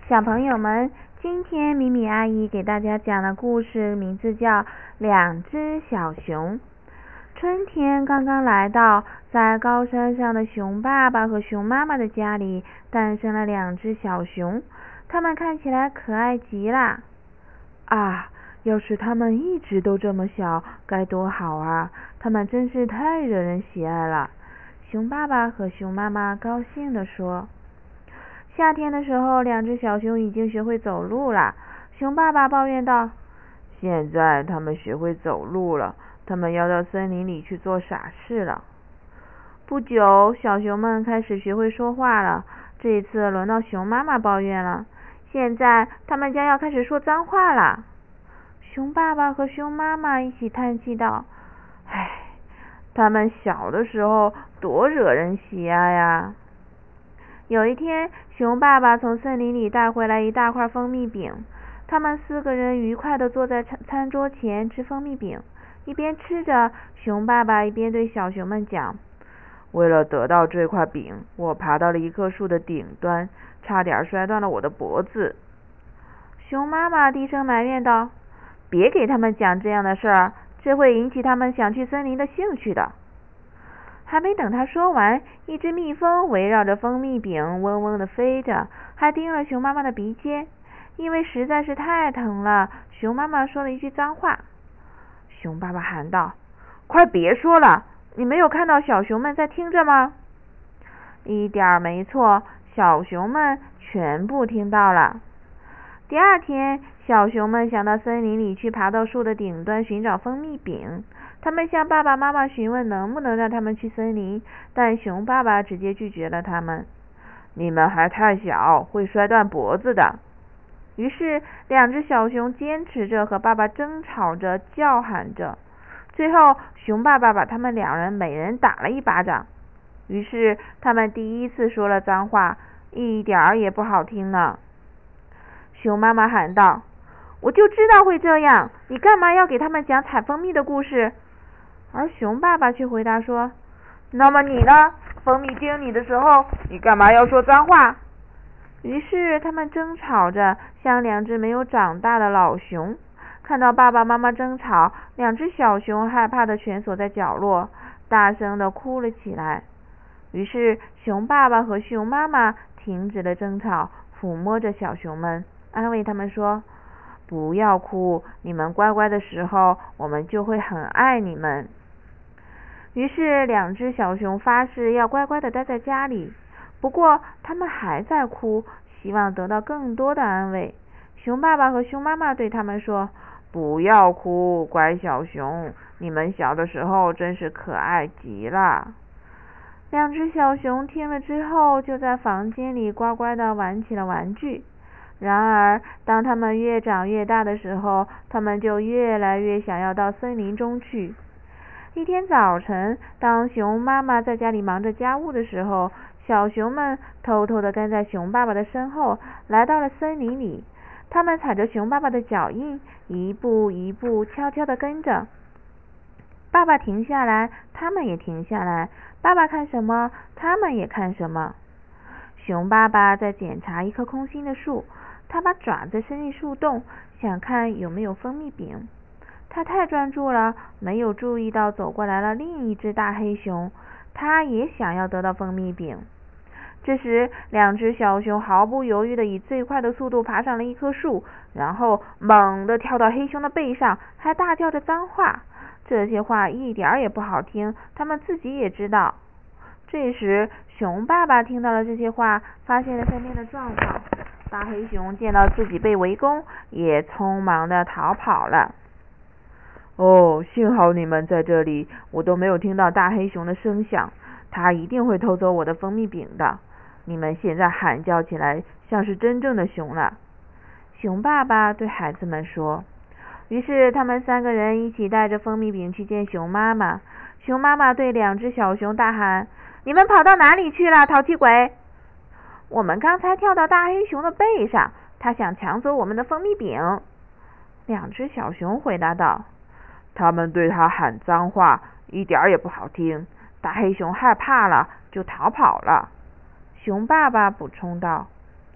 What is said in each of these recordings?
小朋友们，今天米米阿姨给大家讲的故事名字叫《两只小熊》。春天刚刚来到，在高山上的熊爸爸和熊妈妈的家里诞生了两只小熊，它们看起来可爱极了。啊，要是它们一直都这么小，该多好啊！它们真是太惹人喜爱了。熊爸爸和熊妈妈高兴地说。夏天的时候，两只小熊已经学会走路了。熊爸爸抱怨道：“现在它们学会走路了，它们要到森林里去做傻事了。”不久，小熊们开始学会说话了。这一次轮到熊妈妈抱怨了，现在它们将要开始说脏话了。熊爸爸和熊妈妈一起叹气道：“唉，它们小的时候多惹人喜爱呀！”有一天，熊爸爸从森林里带回来一大块蜂蜜饼，他们4个人愉快地坐在餐桌前吃蜂蜜饼。一边吃着，熊爸爸一边对小熊们讲：“为了得到这块饼，我爬到了一棵树的顶端，差点摔断了我的脖子。”熊妈妈低声埋怨道：“别给他们讲这样的事儿，这会引起他们想去森林的兴趣的。”还没等他说完，一只蜜蜂围绕着蜂蜜饼嗡嗡地飞着，还叮了熊妈妈的鼻尖。因为实在是太疼了，熊妈妈说了一句脏话。熊爸爸喊道：“快别说了，你没有看到小熊们在听着吗？”一点没错，小熊们全部听到了。第二天，小熊们想到森林里去，爬到树的顶端寻找蜂蜜饼。他们向爸爸妈妈询问能不能让他们去森林，但熊爸爸直接拒绝了他们。你们还太小，会摔断脖子的。于是，两只小熊坚持着和爸爸争吵着，叫喊着。最后，熊爸爸把他们2人每人打了一巴掌。于是，他们第一次说了脏话，一点儿也不好听呢。熊妈妈喊道：“我就知道会这样，你干嘛要给他们讲采蜂蜜的故事？”而熊爸爸却回答说：“那么你呢？蜂蜜经你的时候，你干嘛要说脏话？”于是他们争吵着，像2只没有长大的老熊。看到爸爸妈妈争吵，2只小熊害怕的蜷缩在角落，大声的哭了起来。于是熊爸爸和熊妈妈停止了争吵，抚摸着小熊们，安慰他们说：“不要哭，你们乖乖的时候，我们就会很爱你们。”于是2只小熊发誓要乖乖的待在家里。不过他们还在哭，希望得到更多的安慰。熊爸爸和熊妈妈对他们说：“不要哭，乖小熊，你们小的时候真是可爱极了。”2只小熊听了之后，就在房间里乖乖地玩起了玩具。然而，当他们越长越大的时候，他们就越来越想要到森林中去。一天早晨，当熊妈妈在家里忙着家务的时候，小熊们偷偷地跟在熊爸爸的身后，来到了森林里。他们踩着熊爸爸的脚印，一步一步悄悄地跟着。爸爸停下来，他们也停下来。爸爸看什么，他们也看什么。熊爸爸在检查一棵空心的树，他把爪子伸进树洞，想看有没有蜂蜜饼。他太专注了，没有注意到走过来了另一只大黑熊，他也想要得到蜂蜜饼。这时2只小熊毫不犹豫地以最快的速度爬上了一棵树，然后猛地跳到黑熊的背上，还大叫着脏话。这些话一点也不好听，他们自己也知道。这时熊爸爸听到了这些话，发现了身边的状况。大黑熊见到自己被围攻，也匆忙地逃跑了。哦，幸好你们在这里，我都没有听到大黑熊的声响，他一定会偷走我的蜂蜜饼的。你们现在喊叫起来，像是真正的熊了。熊爸爸对孩子们说。于是他们3个人一起带着蜂蜜饼去见熊妈妈。熊妈妈对2只小熊大喊：“你们跑到哪里去了，淘气鬼？”“我们刚才跳到大黑熊的背上，他想抢走我们的蜂蜜饼。”2只小熊回答道。他们对他喊脏话，一点也不好听。大黑熊害怕了，就逃跑了。熊爸爸补充道。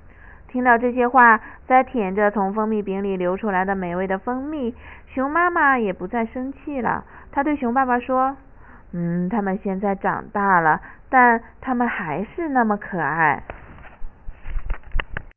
听到这些话，在舔着从蜂蜜饼里流出来的美味的蜂蜜，熊妈妈也不再生气了。她对熊爸爸说：他们现在长大了，但他们还是那么可爱。